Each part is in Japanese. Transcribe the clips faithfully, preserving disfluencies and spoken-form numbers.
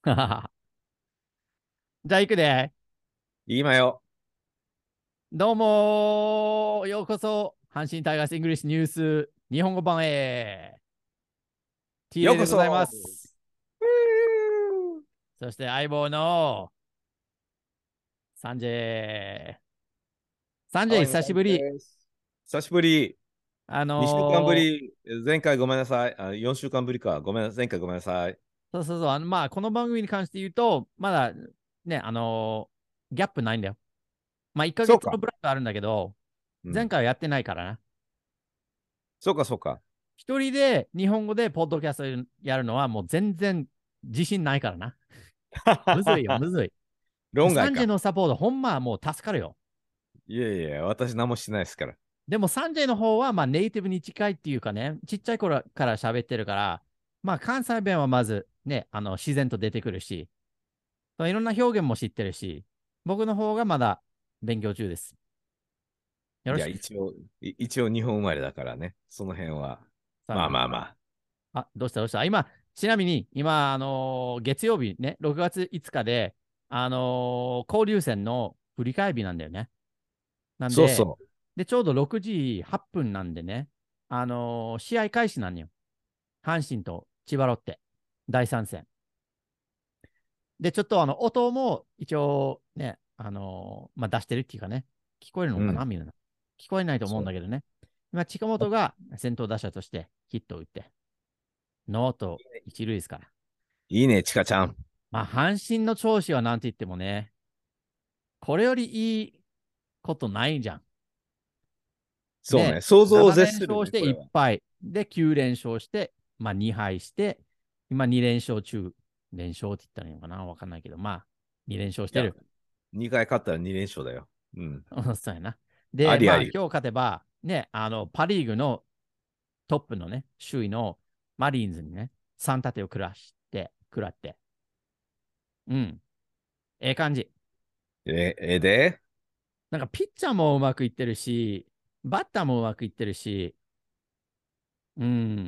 じゃあ行くで。 今よ。 どうもー、ようこそ、阪神タイガースイングリッシュニュース日本語版へ。T ようこレイでございまそ。 す。 ふーそして相棒のサンジェイ。サンジェイ、久青いのさんしぶり。 です。久しぶり。 あにしゅうかんぶのり。前回ごめんなさい。あ、よんしゅうかんぶりか。ごめんなさい。前回ごめんなさい。 ー、そうそうそう、あの、まあ、この番組に関して言うと、まだね、あのーギャップないんだよ。まあ、1ヶそうか。 月のブランクあるんだけど、 うん。 前回はやってないからな。 そうか、そうか。 一人で日本語でポッドキャストやるのはもう全然自信ないからな。むずいよ、むずい。サンジェ論外か。 のサポート、ほんまはもう助かるよ。 いやいや、私何もしてないですから。 でもサンジェの方はまあネイティブに近いっていうかね、ちっちゃい頃から喋ってるから、まあ関西弁はまずね、あの自然と出てくるし、いろんな表現も知ってるし、僕の方がまだ勉強中です。よろいや、 しく。 一応、い一応日本生まれだからね。その辺は。まあさあな。 まあまあ。 あ、どうしたどうした今、ちなみに今、あのー月曜日ね、ろくがついつかで、あのー交流戦の振り返りなんだよね。なんで、 そうそで、ちょうどろくじはっぷんなんでね、あのー試合開始なんよ。阪神と千葉ロッテ、だいさん戦。で、ちょっとあの、音も一応ね、あのーまあ、出してるっていうかね、聞こえるう。 のかな、 うん。 みんな。聞こえないと思うそう。 んだけどね。今、近本が先頭打者としてヒットを打って、ノート一塁ですから。 いいね、ちかちゃん。 まあ、阪神の調子はなんて言ってもね、これよりいいことないじゃん。 そうね。 ね、 想像をなな連絶するね、 勝して1 これは。 敗。で、きゅう連勝して、まあ、に敗して、今に連勝中。連勝って言ったらいいのかなわかんないけど、まあ、に連勝しいや、 てる。 にかい勝ったらに連勝だよ。うん。 そうやな。で、まあ、 ありあり。 今日勝てば、ね、あの、パ・リーグのトップのね、首位のマリーンズにね、さん立てを食らして、食らって。うん。ええ感じ。 え、えで、 なんか、ピッチャーもうまくいってるし、バッターもうまくいってるし、うん。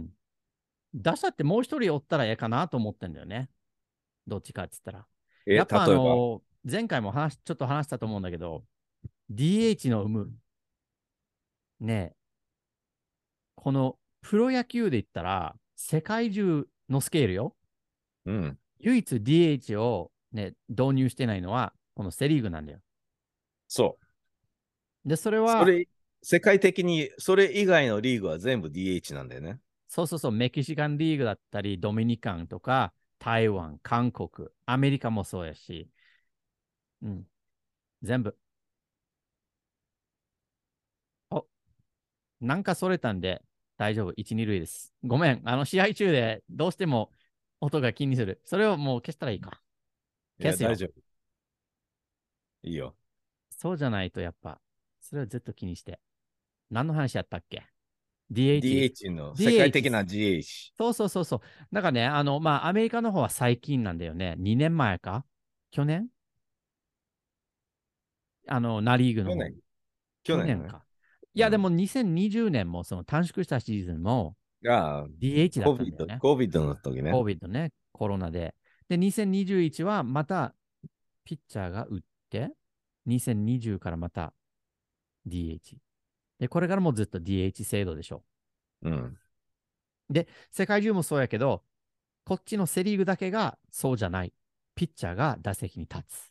打者ってもう一人おったらええかなと思ってんだよね。どっちかって言ったら。 え、 やっぱあ例えば。 の前回も話、ちょっと話したと思うんだけど、ディーエイチ の有無、ね、このプロ野球で言ったら、世界中のスケールよ。 うん。 唯一 ディーエイチ を、ね、導入してないのは、このセ・リーグなんだよ。 そう。 で、それは、 それ、世界的に、それ以外のリーグは全部 ディーエイチ なんだよね。 そうそうそう、メキシカンリーグだったり、ドミニカンとか、台湾、韓国、アメリカもそうやし、うん、全部。お、なんかそれたんで大丈夫。いち、に塁です。ごめん。あの試合中でどうしても音が気にする。それをもう消したらいいか。 いや、 消すよ。 大丈夫。いいよ。 そうじゃないとやっぱ、それをずっと気にして。何の話やったっけ？ ディーエイチ？ ディーエイチ の世界ディーエイチ。 的な ディーエイチ。 そうそうそうそう。なんかね、あの、まあ、アメリカの方は最近なんだよね。にねんまえか去年あの、ナ・リーグの方。 去年、去年ね。 去年か。いや、でうん。 もにせんにじゅうねんもその短縮したシーズンもが、 ディーエイチ だったんだよ COVID、 ね。 COVID の時ね。 COVID ね、コロナで。で、にせんにじゅういちはまたピッチャーが打って、にせんにじゅうからまた ディーエイチ。で、これからもずっと ディーエイチ 制度でしょうん。 う。で、世界中もそうやけど、こっちのセ・リーグだけがそうじゃない。ピッチャーが打席に立つ。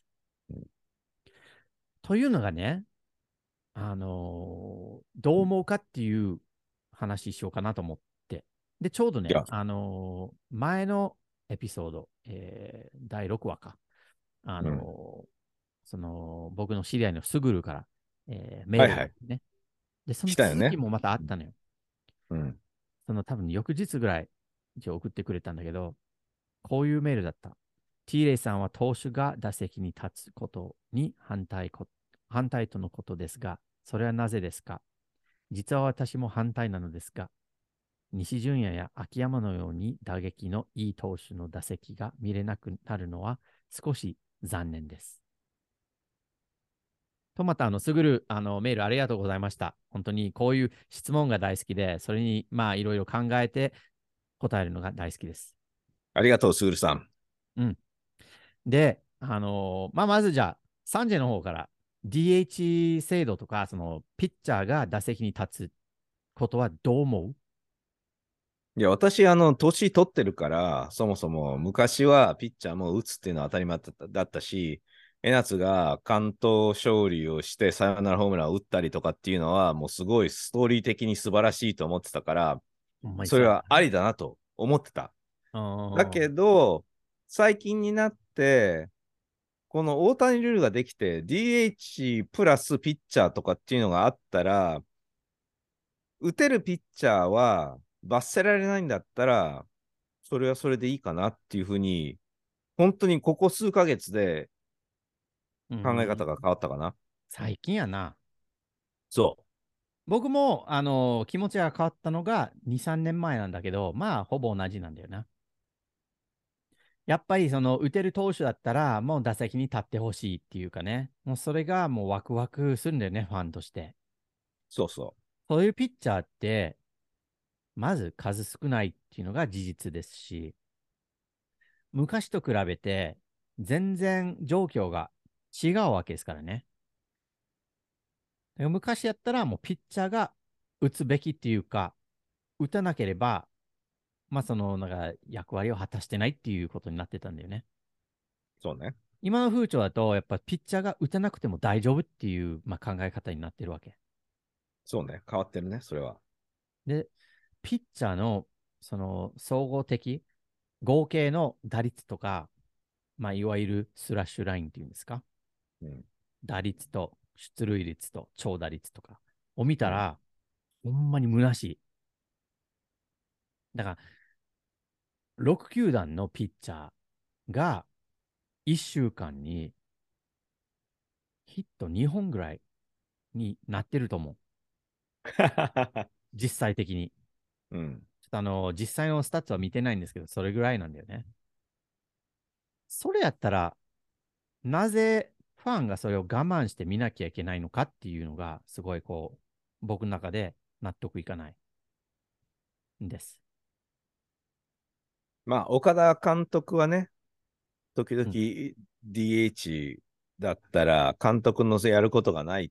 というのがね、あのーどう思うかっていう話しようかなと思って。で、ちょうどね、 いや、 あのー前のエピソード、えーだいろくわか。あうん。 のーその、僕の知り合いのスグルから、えーメールはいはい。 がね。で、その来たよね。 続きもまたあったのよ。 うん。 その多分翌日ぐらい、一応送ってくれたんだけど、こういうメールだった。ティーレイさんは投手が打席に立つことに反対こ反対とのことですが、それはなぜですか？実は私も反対なのですが、西純也や秋山のように打撃のいい投手の打席が見れなくなるのは少し残念です。と、また、あの、すぐる、あの、メールありがとうございました。本当にこういう質問が大好きで、それに、まあ、いろいろ考えて答えるのが大好きです。 ありがとう、スールさん。 うん。 で、あのーまあ、まずじゃあ、サンジェの方から ディーエイチ 制度とか、そのピッチャーが打席に立つことはどう思う？ いや、私、あの、年取ってるから、そもそも昔はピッチャーも打つっていうのは当たり前だっただったし、江夏が完投勝利をしてサヨナラホームランを打ったりとかっていうのは、もうすごいストーリー的に素晴らしいと思ってたから、 ほんまにそれそうやったな。 はありだなと思ってた。だけあーど、最近になって、この大谷ルールができて、ディーエイチ プラスピッチャーとかっていうのがあったら、打てるピッチャーは罰せられないんだったら、それはそれでいいかなっていうふうに、本当にここ数ヶ月でう考え方ん、 が変わったかな。 最近やな。 そ僕も、あのー気持ちが変わったのがに、さんねんまえなんだけど、まあ、ほぼ同じなんだよな。やっぱりその打てる投手だったら、もう打席に立ってほしいっていうかね、もうそれがもうワクワクするんだよね、ファンとして。 う、そうそそういうピッチャーって、まず数少ないっていうのが事実ですし、昔と比べて全然状況が違うわけですからね。だから昔やったらもうピッチャーが打つべきっていうか、打たなければ、まあそのなんか役割を果たしてないっていうことになってたんだよね。 う、そうね。 今の風潮だと、やっぱピッチャーが打たなくても大丈夫っていう、まあ、考え方になってるわけ。 そうね。変わってるね、それは。 で、ピッチャーのその総合的、合計の打率とか、まあ、いわゆるスラッシュラインっていうんですか、 うん。 打率と出塁率と長打率とかを見うん。 たら、ほんまに虚しい。だから、ろく球団のピッチャーがいっしゅうかんにヒットにほんぐらいになってると思う。実際的に。 うん。 ちょっとあの、実際のスタッツは見てないんですけど、それぐらいなんだよね。それやったら、なぜファンがそれを我慢して見なきゃいけないのかっていうのが、すごいこう、僕の中で納得いかないんです。 まあ、岡田監督はね、時々 うん。 ディーエイチ だったら、監督のやることがないって、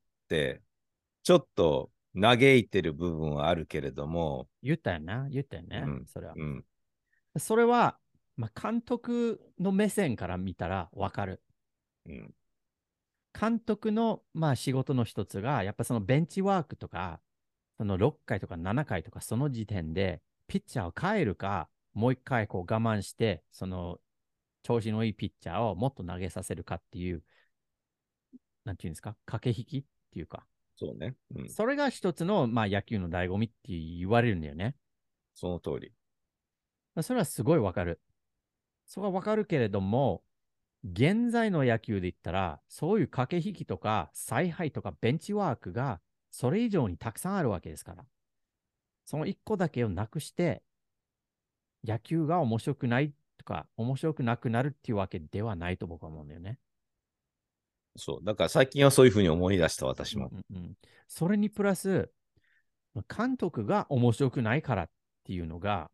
ちょっと嘆いてる部分はあるけれども、 言ったよな、言ったよね、 うん、 それは。 うん、 それは、まあ、監督の目線から見たらわかる。 うん、 監督の、まあ、仕事の一つが、やっぱそのベンチワークとか、そのろっかいとかななかいとか、その時点で、ピッチャーを変えるか、もう一回こう我慢して、その調子のいいピッチャーをもっと投げさせるかっていう、なんていうんですか、駆け引きっていうか、 そうね、うん、 それが一つの、まあ、野球の醍醐味って言われるんだよね。 その通り。 それはすごいわかる。それはわかるけれども、現在の野球で言ったら、そういう駆け引きとか、采配とかベンチワークが、それ以上にたくさんあるわけですから。その一個だけをなくして、野球が面白くないとか、面白くなくなるっていうわけではないと僕は思うんだよね。 そう。だから最近はそういうふうに思い出した、私うんも。 うんうん。それにプラス、監督が面白くないからっていうのが、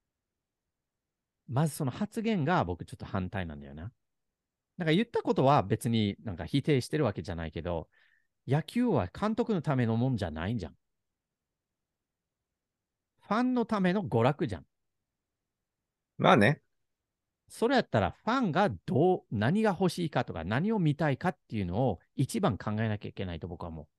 まずその発言が僕ちょっと反対なんだよな。なんか言ったことは別になんか否定してるわけじゃないけど、野球は監督のためのもんじゃないじゃん。ファンのための娯楽じゃん。 まあね。 それやったらファンがどう、何が欲しいかとか何を見たいかっていうのを一番考えなきゃいけないと僕は思う。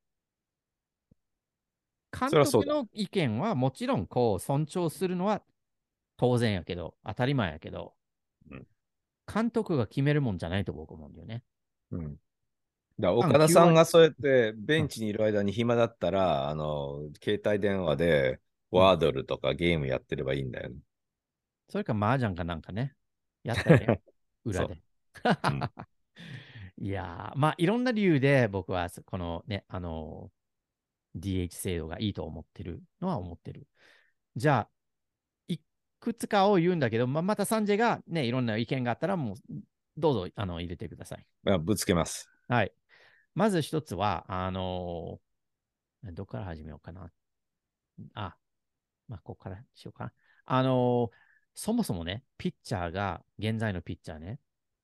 監そりゃそうだ。 督の意見はもちろんこう尊重するのは当然やけど、当たり前やけど、 うん。 監督が決めるもんじゃないと僕は思うんだよね。 うん。だからファン岡田 9割、 さんがそうやってベうん、 ンチにいる間に暇だったら、あの、携帯電話でうん。 ワードルとかゲームやってればいいんだよね。 それか麻雀かなんかね、やったらええやん。裏そで。 う。うん。 いやー、まあいろんな理由で僕はこのね、あのー ディーエイチ 制度がいいと思ってるのは思ってる。じゃあ、いくつかを言うんだけど、まあ、またサンジェがね、いろんな意見があったらもうどうぞあの入れてください。 まあ、ぶつけます。 はい。まず一つは、あのーどこから始めようかな。あ、まあ、ここからしようかな。あのーそもそもね、ピッチャーが、現在のピッチャーね、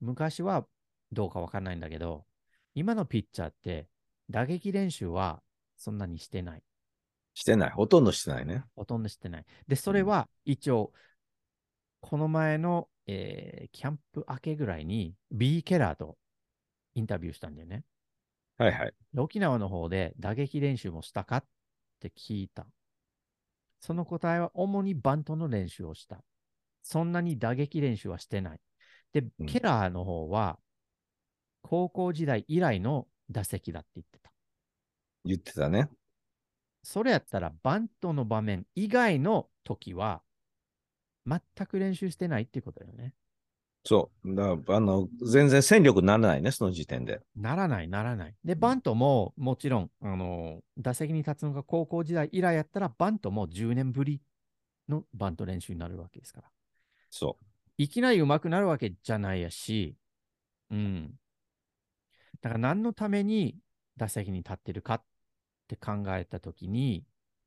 昔はどうかわかんないんだけど、今のピッチャーって打撃練習はそんなにしてない。 してない。ほとんどしてないね。 ほとんどしてない。で、そうん。 れは一応、この前の、えーキャンプ明けぐらいに B ケラーとインタビューしたんだよね。 はいはい。 で沖縄の方で打撃練習もしたかって聞いた。その答えは主にバントの練習をした。そんなに打撃練習はしてない。で、 うん。 ケラーの方は高校時代以来の打席だって言ってた。 言ってたね。 それやったらバントの場面以外の時は全く練習してないっていうことだよね。 そう。だからあの、全然戦力にならないね、その時点で。 ならない、ならない。で、 うん。 バントももちろん、あの打席に立つのが高校時代以来やったら、バントもじゅうねんぶりのバント練習になるわけですから。 そいきなり上手くなるわけじゃないやし、うん。だから何のために打席に立ってるかって考えたときに、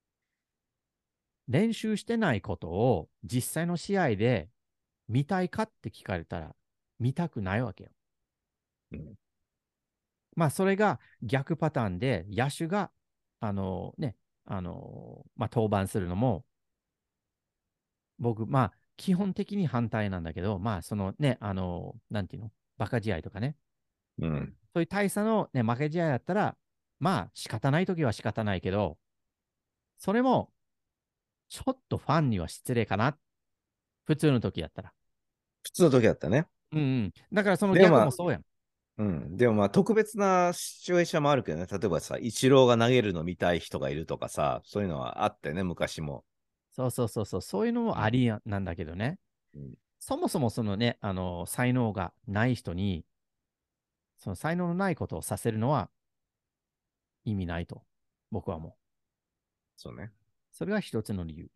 練習してないことを実際の試合で見たいかって聞かれたら、見たくないわけよ。 う。うん。 まあ、それが逆パターンで、野手が、あのね、あのまあ、登板するのも、僕、まあ、基本的に反対なんだけど、まあ、そのね、あのなんていうの、バカ試合とかね、 うん。 そういう大差の、ね、負け試合だったら、まあ、仕方ないときは仕方ないけど、それも、ちょっとファンには失礼かな。普通の時やったら。 普通の時だったね。 うんうん。だからそのでもまあ、 逆もそうやん。 うん。でもまあ、特別なシチュエーションもあるけどね。例えばさ、イチローが投げるの見たい人がいるとかさ、そういうのはあってね、昔も。 そうそうそうそう。そういうのもあうん。 りやなんだけどね。 うん。 そもそもそのね、あの、才能がない人に、その才能のないことをさせるのは意味ないと。僕はもう。 そうね。 それが一つの理由。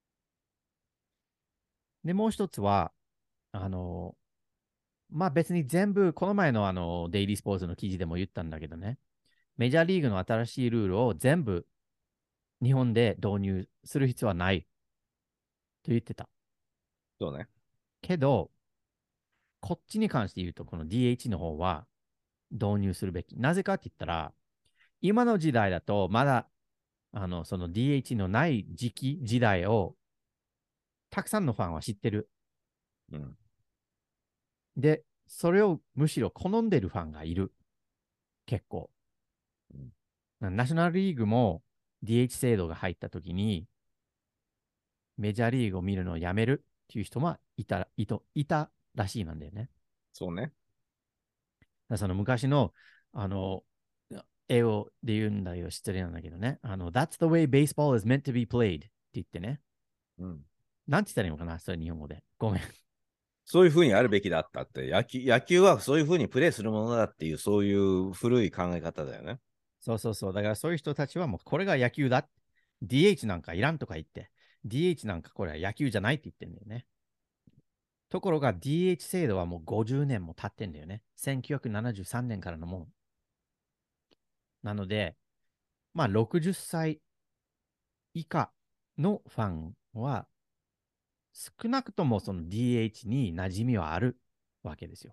で、もう一つは、あの、まあ別に全部、この前のあの、デイリースポーツの記事でも言ったんだけどね、メジャーリーグの新しいルールを全部日本で導入する必要はないと言ってた。 そうね。 けど、こっちに関して言うと、この ディーエイチ の方は導入するべき。なぜかって言ったら、今の時代だと、まだ、あの、その ディーエイチ のない時期、時代を、たくさんのファンは知ってる。 うん。 で、それをむしろ好んでるファンがいる。結構。 うん。 ナショナルリーグも ディーエイチ 制度が入った時に、メジャーリーグを見るのをやめるっていう人もいた、いといたらしいなんだよね。 そうね。 その昔の、あの、英語で言うんだけど、失礼なんだけどね。あの、That's the way baseball is meant to be played って言ってね。 うん。 なんて言ったらいいのかなそれ日本語で。ごめん。 そういうふうにあるべきだったって、野球、野球はそういうふうにプレーするものだっていう、そういう古い考え方だよね。 そうそうそう。だからそういう人たちはもうこれが野球だ。ディーエイチ なんかいらんとか言って、ディーエイチ なんかこれは野球じゃないって言ってんだよね。ところが ディーエイチ 制度はもうごじゅうねんも経ってんだよね。せんきゅうひゃくななじゅうさんねんからのもん。なので、まあろくじゅっさい以下のファンは少なくともその ディーエイチ に馴染みはあるわけですよ。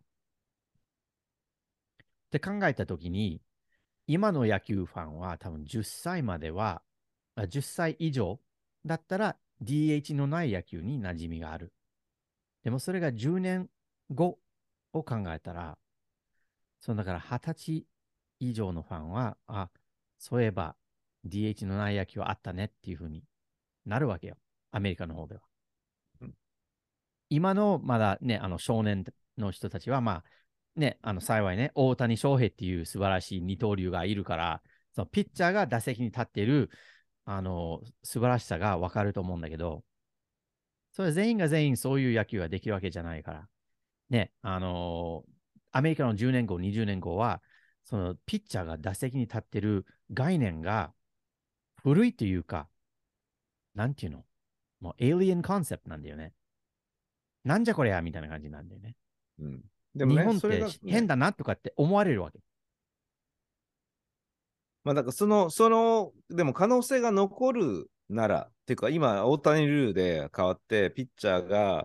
って考えたときに、今の野球ファンは多分じゅっさいまでは、あじゅっさい以上だったら ディーエイチ のない野球に馴染みがある。でもそれがじゅうねんごを考えたら、そのだからはたち以上のファンは、あ、そういえば ディーエイチ のない野球はあったねっていうふうになるわけよ。アメリカの方では。 うん。 今のまだね、あの少年の人たちは、まあ、ね、あの幸いね、大谷翔平っていう素晴らしい二刀流がいるから、そのピッチャーが打席に立っているあの素晴らしさが分かると思うんだけど、それは全員が全員そういう野球ができるわけじゃないから、ね、あのアメリカのじゅうねんご、にじゅうねんごは、そのピッチャーが打席に立っている概念が古いというか、なんていうの、もうエイリアンコンセプトなんだよね。なんじゃこりゃみたいな感じなんだよね。 うん。でもね、 日本っそれて変がね、 だなとかって思われるわけ。 まあ、だからその、その、でも可能性が残るなら、っていうか、今、大谷ルールで変わって、ピッチャーが、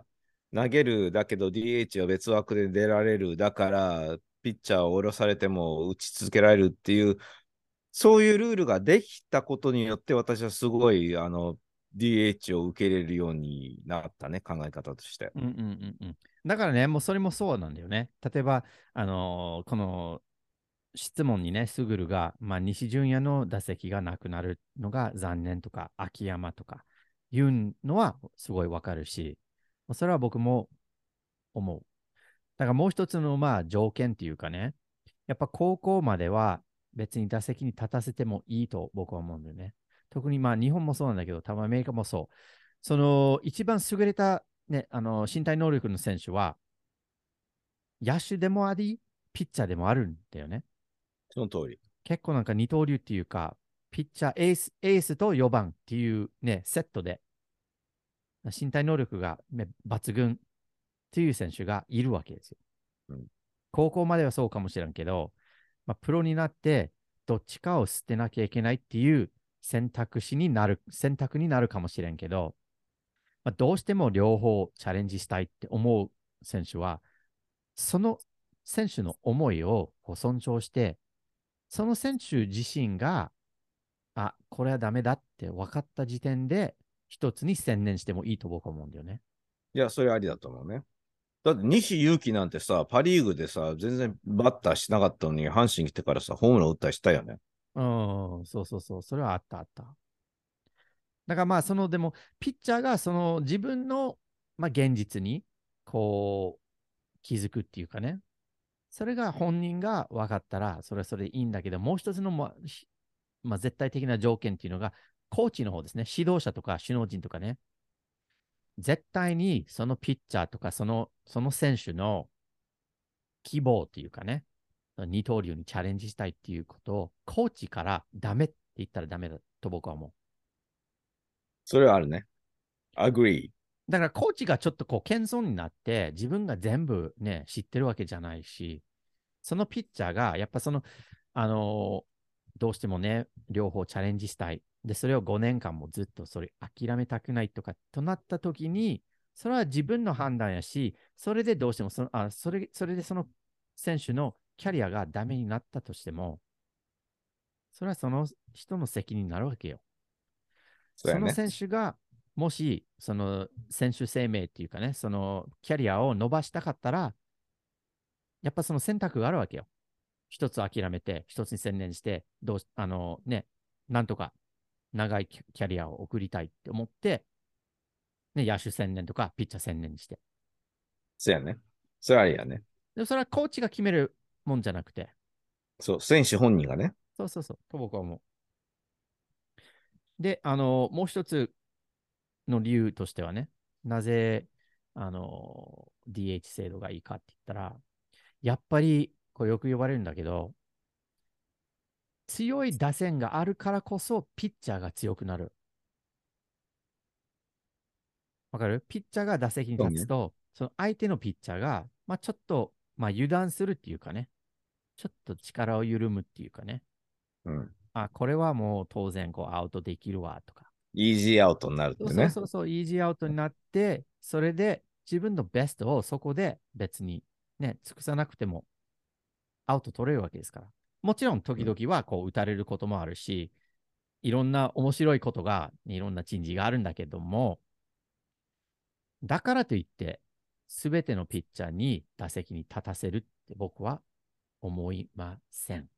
投げるだけど ディーエイチ は別枠で出られる。だから、ピッチャーを下ろされても打ち続けられるっていう、そういうルールができたことによって、私はすごい、あの、ディーエイチ を受け入れるようになったね、考え方として。 うんうんうんうん。だからね、もうそれもそうなんだよね。例えば、あのーこの質問にね、スグルが、まあ、西純也の打席がなくなるのが残念とか、秋山とか言うのはすごいわかるし、それは僕も思う。だからもう一つのまあ条件っていうかね、やっぱ高校までは別に打席に立たせてもいいと僕は思うんだよね。特にまあ日本もそうなんだけど、多分アメリカもそう。その一番優れた、ね、あの身体能力の選手は野手でもあり、ピッチャーでもあるんだよね。 その通り。 結構なんか二刀流っていうか、ピッチャー、エース、エースとよばんっていうね、セットで身体能力が、ね、抜群っていう選手がいるわけですよ。 うん、 高校まではそうかもしれんけど、まあ、プロになってどっちかを捨てなきゃいけないっていう選択肢になる、選択になるかもしれんけど、まあ、どうしても両方チャレンジしたいって思う選手は、その選手の思いを尊重して、その選手自身が、あ、これはダメだって分かった時点で、一つに専念してもいいと僕は思うんだよね。 いや、それありだと思うね。だって西勇輝なんてさ、パ・リーグでさ、全然バッターしなかったのに、阪神来てからさ、ホームラン打ったりしたよね。 うん、そうそうそう、それはあったあった。だからまあ、その、でも、ピッチャーがその自分の、まあ、現実に、こう、気づくっていうかね、それが本人が分かったら、それはそれでいいんだけど、もう一つの、まあ、まあ、絶対的な条件っていうのが、コーチの方ですね、指導者とか首脳陣とかね、絶対にそのピッチャーとか、その、その選手の希望っていうかね、二刀流にチャレンジしたいっていうことを、コーチからダメって言ったらダメだと僕は思う。 それはあるね。agree。 だからコーチがちょっとこう謙遜になって自分が全部ね知ってるわけじゃないし、そのピッチャーがやっぱその、あのーどうしてもね、両方チャレンジしたい。で、それをごねんかんもずっとそれ諦めたくないとかとなった時に、それは自分の判断やし、それでどうしてもその、あ、それ、それでその選手のキャリアがダメになったとしても、それはその人の責任になるわけよ。そのそうやね。 選手がもし、その選手生命っていうかね、そのキャリアを伸ばしたかったら、やっぱその選択があるわけよ。一つ諦めて、一つに専念して、どうし、あのね、なんとか長いキャリアを送りたいって思って、ね、野手専念とかピッチャー専念にして。 そうやね。それはありやね。 でもそれはコーチが決めるもんじゃなくて、 そう、選手本人がね。 そうそうそう、と僕は思う。で、あの、もう一つの理由としてはね、なぜ、あの、ディーエイチ 制度がいいかって言ったら、やっぱり、これよく言われるんだけど、強い打線があるからこそ、ピッチャーが強くなる。わかる？ピッチャーが打席にそうね。 立つと、その相手のピッチャーが、まあ、ちょっと、まあ、油断するっていうかね、ちょっと力を緩むっていうかね、 うん。 あ、これはもう当然こうアウトできるわとか。 イージーアウトになるっそうてね。 そうそうそう、イージーアウトになって、それで自分のベストをそこで別にね、尽くさなくてもアウト取れるわけですから。もちろん時うん。 々はこう打たれることもあるし、いろんな面白いことが、いろんな珍事があるんだけども、だからといって、すべてのピッチャーに打席に立たせるって僕は思いません。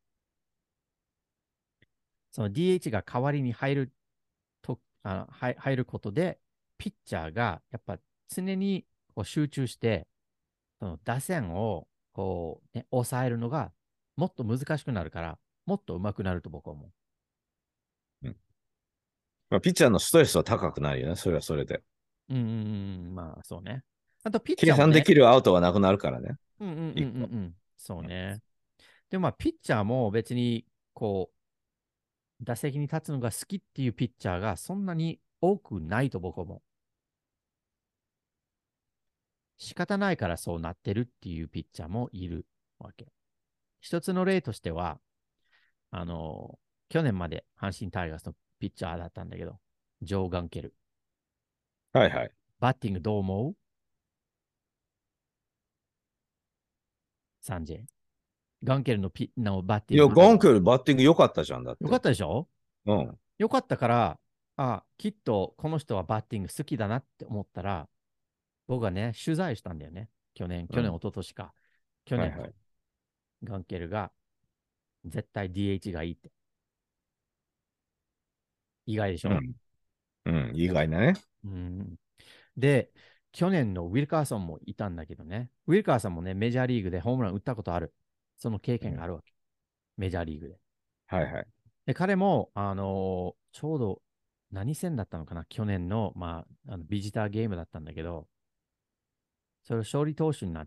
その ディーエイチ が代わりに入るとあ入入ることで、ピッチャーがやっぱ常にこう集中して、その打線をこう、ね、抑えるのがもっと難しくなるから、もっと上手くなると僕は思う。 うん。まあ、ピッチャーのストレスは高くなるよね。それはそれで。 うんうんうん、まあそうね。あとピッチ計ャーもね、 算できるアウトはなくなるからね。 うんうんうんうんう一個。 ん、そうね。でもまあピッチャーも別にこう、打席に立つのが好きっていうピッチャーがそんなに多くないと僕は思う。仕方ないからそうなってるっていうピッチャーもいるわけ。一つの例としては、あの、去年まで阪神タイガースのピッチャーだったんだけど、ジョー・ガンケル。 はいはい。 バッティングどう思う？ サンジェ。ガンケルのピのバッテいや、 ィング。 ガンケルバッティング良かったじゃん、だっよかって。 たでしょ？ うん。 よかったから、あ、きっとこの人はバッティング好きだなって思ったら、僕はね、取材したんだよね。去年、去年、 うん。 一昨年か。去年のはいはい。 ガンケルが絶対 ディーエイチ がいいって。意外でしょ？ うん。うん。意外なね。 うん。で、去年のウィルカーソンもいたんだけどね。ウィルカーソンもね、メジャーリーグでホームラン打ったことある。その経うん。 験があるわけ。メジャーリーグで。 はいはい。 で、彼も、あのーちょうど何戦だったのかな、去年の、まあ、あのビジターゲームだったんだけど、それ勝利投手になって、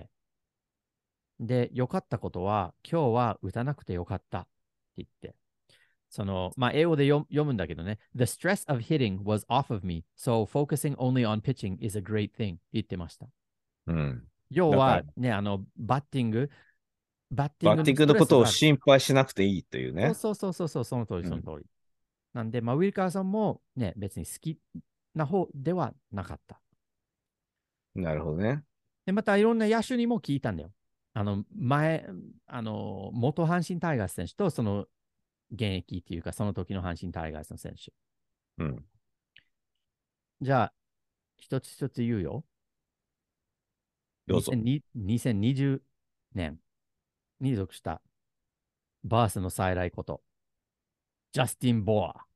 で、良かったことは、今日は打たなくてよかったって言って、その、まあ、英語で読読むんだけどね、The stress of hitting was off of me, so focusing only on pitching is a great thing 言ってました。 うん。 要だから、 はね、あの、バッティング、バッティンバッティングのスグのことをトレスがある。 心配しなくていいというね。 そうそうそうそうそう、その通り、 うん。 その通り。なんで、まあ、ウィルカーさんもね、別に好きな方ではなかった。 なるほどね。 で、またいろんな野手にも聞いたんだよ。あの、前、あの、元阪神タイガース選手と、その現役っていうか、その時の阪神タイガースの選手。 うん。 じゃあ、一つ一つ言うよ。 どうぞ。 にせんにじゅうねんに属したバースの再来こと、ジャスティン・ボア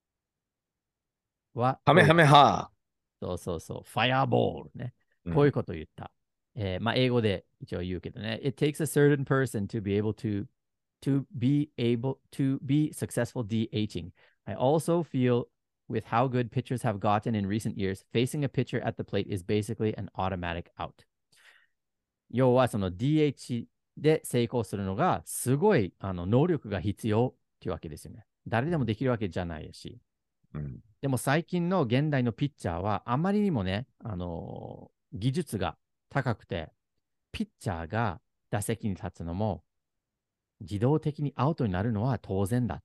はハメハこういうこと。 メハそうそうそう、ファイアボールね。 ー。うん。 こういうことを言った。えーまあ、英語で一応言うけどね。It takes a certain person to be able to, to be able to be successful DHing. I also feel with how good pitchers have gotten in recent years, facing a pitcher at the plate is basically an automatic out. 要はその ディーエイチ で成功するのがすごいあの能力が必要っていうわけですよね。誰でもできるわけじゃないし。 うん。 でも最近の現代のピッチャーはあまりにもね、あのー技術が高くて、ピッチャーが打席に立つのも自動的にアウトになるのは当然だ。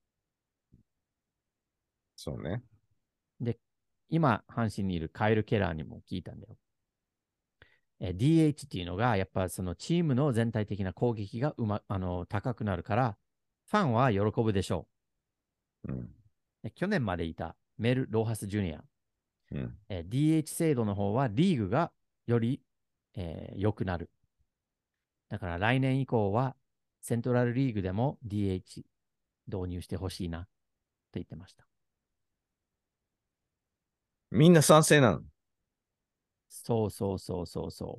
そうね。 で、今、阪神にいるカイル・ケラーにも聞いたんだよ。え ディーエイチ っていうのが、やっぱそのチームの全体的な攻撃がうまあの高くなるから、ファンは喜ぶでしょうん。 う。で去年までいたメル・ローハス・ジュニア、 うん。 え ディーエイチ 制度の方はリーグがより、えー良くなる。だから来年以降はセントラルリーグでも ディーエイチ 導入してほしいなと言ってました。 みんな賛成なの。 そうそうそうそうそう。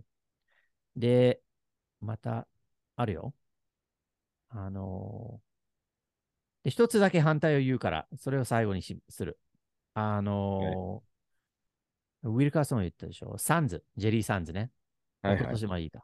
で、またあるよ。あのーで、一つだけ反対を言うから、それを最後にしする。あはい。 のーウィルカーソン言ったでしょ。サンズ、ジェリー・サンズね。一昨はいはい。 年までいた。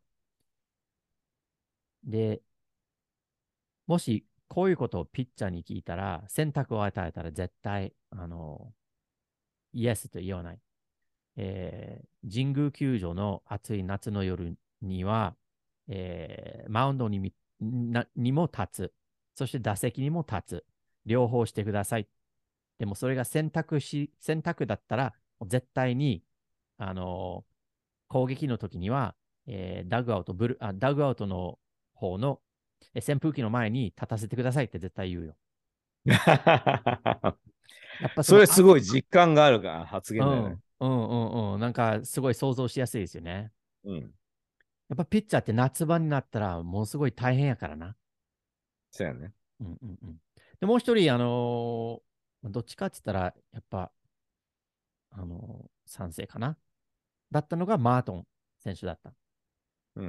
で、もしこういうことをピッチャーに聞いたら、選択を与えたら絶対、あのーイエスと言わない。えー神宮球場の暑い夏の夜には、えーマウンドにみなにも立つ。そして打席にも立つ。両方してください。でもそれが選択し、選択だったら、絶対に、あのー攻撃の時には、えーダグアウトブルあ、ダグアウトの方のえー扇風機の前に立たせてくださいって絶対言うよ。やっぱその、あ、 それすごい実感があるが発うん、 言だよね。 うん、うん、うん。なんかすごい想像しやすいですよね。 うん。 やっぱピッチャーって夏場になったらものすごい大変やからな。 そうやね。 うんうんうん。で、もう一人、あのーどっちかって言ったら、やっぱ、あのー賛成かな。だったのがマートン選手だった。 うん。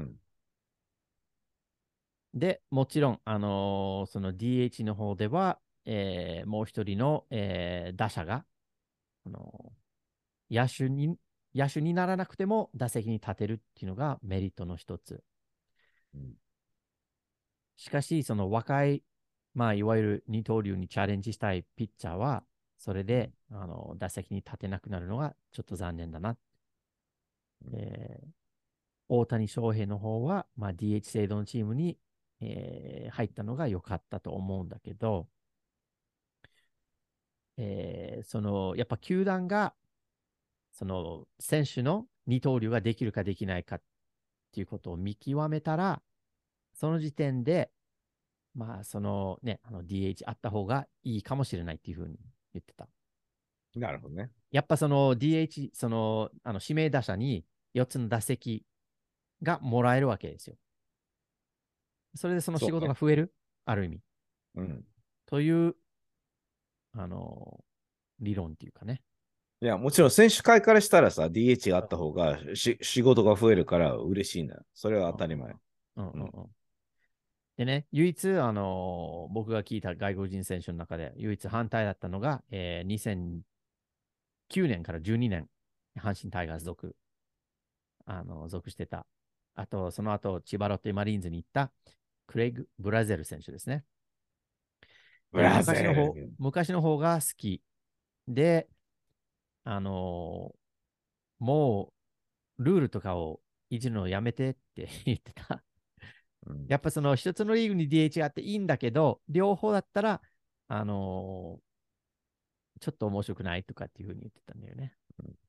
で、もちろん、あのーその ディーエイチ の方では、えーもう一人の、えー打者が、あのー野手に、野手にならなくても打席に立てるっていうのがメリットの一つ。 うん。 しかし、その若い、まあ、いわゆる二刀流にチャレンジしたいピッチャーは、それで、あの、打席に立てなくなるのがちょっと残念だな。えー大谷翔平の方は、まあ、ディーエイチ 制度のチームに、えー入ったのが良かったと思うんだけど、えーその、やっぱ球団が、その、選手の二刀流ができるかできないか。 っていうことを見極めたら、その時点で、まあ、そのね、あの ディーエイチ あった方がいいかもしれないっていうふうに言ってた。 なるほどね。 やっぱその ディーエイチ、その、あの指名打者によっつの打席がもらえるわけですよ。それでその仕そうね。 事が増える、ある意味。 うん。 という、あの、理論っていうかね。 いや、もちろん選手会からしたらさ、ディーエイチ があった方がし仕事が増えるから嬉しいな。それは当たり前。 うんうんうん。 うん。でね、唯一、あの僕が聞いた外国人選手の中で唯一反対だったのが、えーにせんきゅうねんからじゅうにねん、阪神タイガース属、あの属してた。あと、その後、千葉ロッテマリーンズに行ったクレイグ・ブラゼル選手ですね。で、 ブラゼ昔の方、 ル。 昔の方が好きで、あのもうルールとかをいじるのをやめてって言ってた。 うん、 やっぱその一つのリーグに ディーエイチ があっていいんだけど、両方だったら、あのーちょっと面白くないとかっていうふうに言ってたんだよね。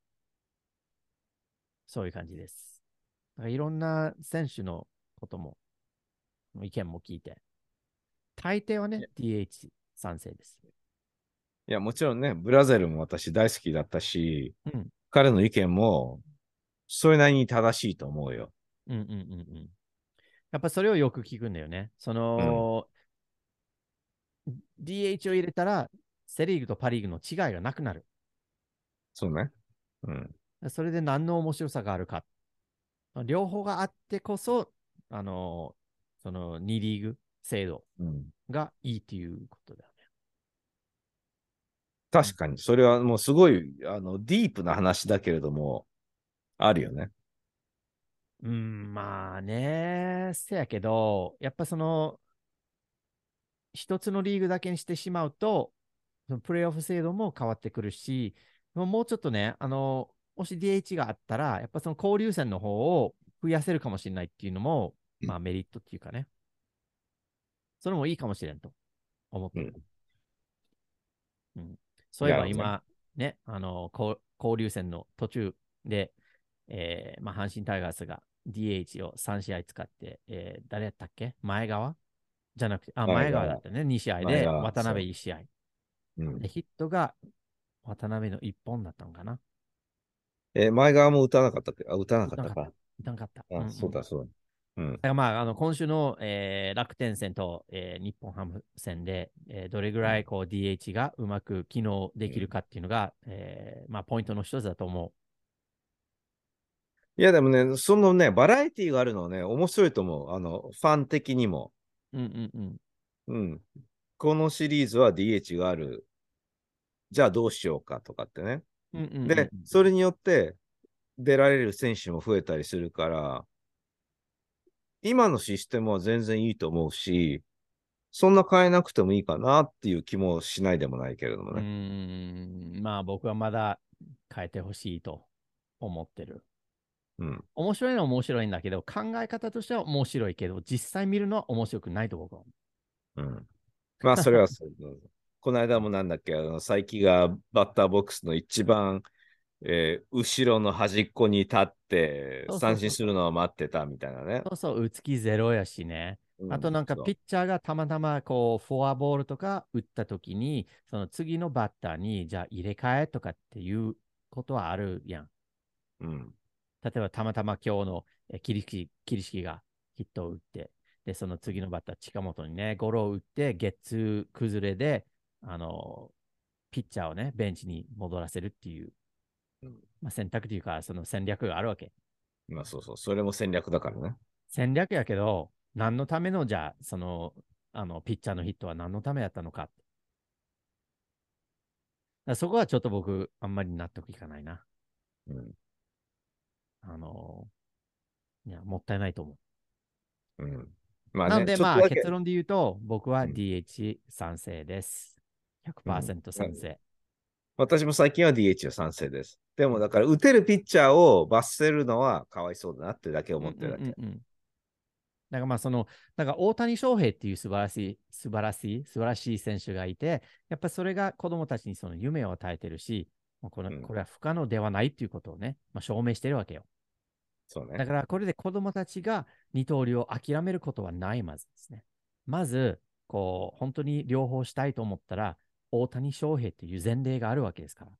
そういう感じです。だからいろんな選手のことも、意見も聞いて、大抵はね、ディーエイチ 賛成です。 いや、もちろんね、ブラゼルも私大好きだったし、 うん。 彼の意見もそれなりに正しいと思うよ。 うんうんうんうん。やっぱそれをよく聞くんだよね。そうん。 の、ディーエイチ を入れたら、セ・リーグとパ・リーグの違いがなくなる。 そうね。うん。 それで何の面白さがあるか。両方があってこそ、あの、そのにリーグ制度うん。 がいいっていうことだよね。 確かに、それはもうすごい、あの、ディープな話だけれども、あるよね。 うん、うんまあね、せやけど、やっぱその、一つのリーグだけにしてしまうと、そのプレーオフ制度も変わってくるし、もうちょっとね、あの、もし ディーエイチ があったら、やっぱその交流戦の方を増やせるかもしれないっていうのも、まあメリットっていうかね、それもいいかもしれんと思っとる。 うん。 うん、そういえなるほどね。 ば今、ね、あの、交交流戦の途中で、えーまあ、阪神タイガースが ディーエイチ をさん試合使って、えー誰やったっけ前川じゃなくて、あ、前川だ前が、 ったね。に試合で、 前が、 渡そ辺いち試合。 う。うん。 で、ヒットが渡辺のいっぽんだったのかな。 え、前側も打たなかったっけ？あ、打たな打たなかった。 かったか。 打たなかった。うんあ、 うん。 そうだ、そうだ。うん。 だからまあ、あの今週の、えー楽天戦と、えー日本ハム戦で、えーどれぐうん。 らいこう ディーエイチ がうまく機能できるうん。 かっていうのが、えーまあ、ポイントの一つだと思いや、でもね、そのね、バラエティがあるのね、面白いと思う。あの、ファン的にも。 う。うんうんうん。 うん。このシリーズは ディーエイチ がある。じゃあどうしようかとかってね。 うんうんうんで、それによって出られる選手も増えたりするから、今のシステムは全然いいと思うし、そんな変えなくてもいいかなっていう気もしないでもないけれどもうね。 ん。うーん。まあ僕はまだ変えてほしいと思ってる。 うん。 面白いのは面白いんだけど、考え方としては面白いけど、実際見るのは面白くないと僕は思うん。まあ、それはそう。この間もなんだっけ、あの、佐伯がバッターボックスの一番、えー後ろの端っこに立ってう。そうそう三振そうそう。 するのを待ってたみたいなね。 そうそう、打つ気ゼロやしね。 うん。 あとなんかピそッチャーがたまたまこうフォアボールとか打った時に、その次のバッターにじゃあ入れ替えとかっていうことはあるやん。 う。うん。 例えばたまたま今日のえ桐敷桐敷がヒットを打って、で、その次のバッター近本にね、ゴロを打って、ゲッツー崩れで、あの、ピッチャーをね、ベンチに戻らせるっていう、 うん。 まあ、選択というか、その戦略があるわけ。 まあ、そうそう。それも戦略だからね。 戦略やけど、何のための、じゃあ、その、あの、ピッチャーのヒットは何のためやったのか。そこはちょっと僕、あんまり納得いかないな。 うん。 あの、いや、もったいないと思う。 うん。まあね、 なので、まあ、 ちょっとだけ。 結論で言うと、僕はうん。 ディーエイチ 賛成です。 うん。 ひゃくパーセント賛成。 私も最近は ディーエイチ は賛成です。でも、 うんだから、打てるピッチャーを罰せるのはかわいそうだなってだけ思うんうんってるだけ。 うん。だからまあその、なんか大谷翔平っていう素晴らしい、素晴らしい、素晴らしい選手がいて、やっぱりそれが子供たちにその夢を与えてるし、もうこれうん。 これは不可能ではないっていうことをね、まあ、証明してるわけよ。 そうね。 だからこれで子供たちが二刀流を諦めることはないまずですね。まず、こう、本当に両方したいと思ったら、大谷翔平っていう前例があるわけですから。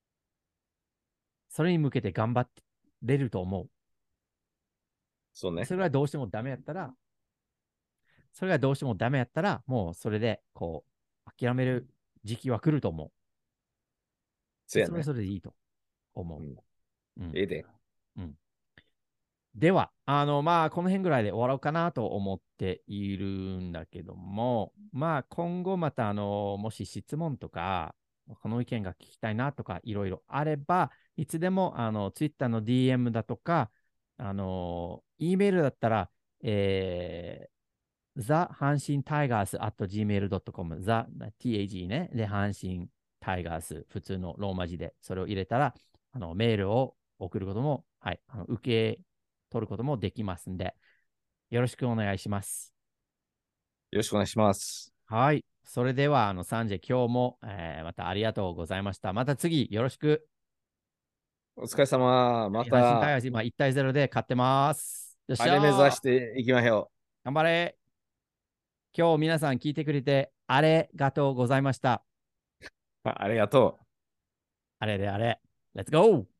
それに向けて頑張ってれると思う。 そうね。 それがどうしてもダメやったら、それがどうしてもダメやったら、もうそれで、こう、諦める時期は来ると思う。で、それはそうやね。 それでいいと思うん。 う。うん。 ええで。 うん。では、あの、まあ、この辺ぐらいで終わろうかなと思っているんだけども、まあ、今後また、あの、もし質問とか、この意見が聞きたいなとか、いろいろあれば、いつでも、あの、ツイッターの ディーエム だとか、あの、E メールだったら、えー、ザ・阪神タイガース at ジーメールドットコム、ザ・ティーエージー ね、で、阪神タイガース、普通のローマ字で、それを入れたら、あの、メールを送ることも、はい、あの受け取ることもできますんで、よろしくお願いします。 よろしくお願いします。 はい。それでは、あの、サンジェ、今日も、えーまたありがとうございました。また次、よろしく。 お疲れ様。ま阪神タイガた、 ース、今いち対ゼロで勝ってます。よっしあれ目指しゃー。 ていきましょ頑張れ。今日皆さん聞いてくれてあれがとうございました。 う。あありがとう。 あれであれ。レッツゴー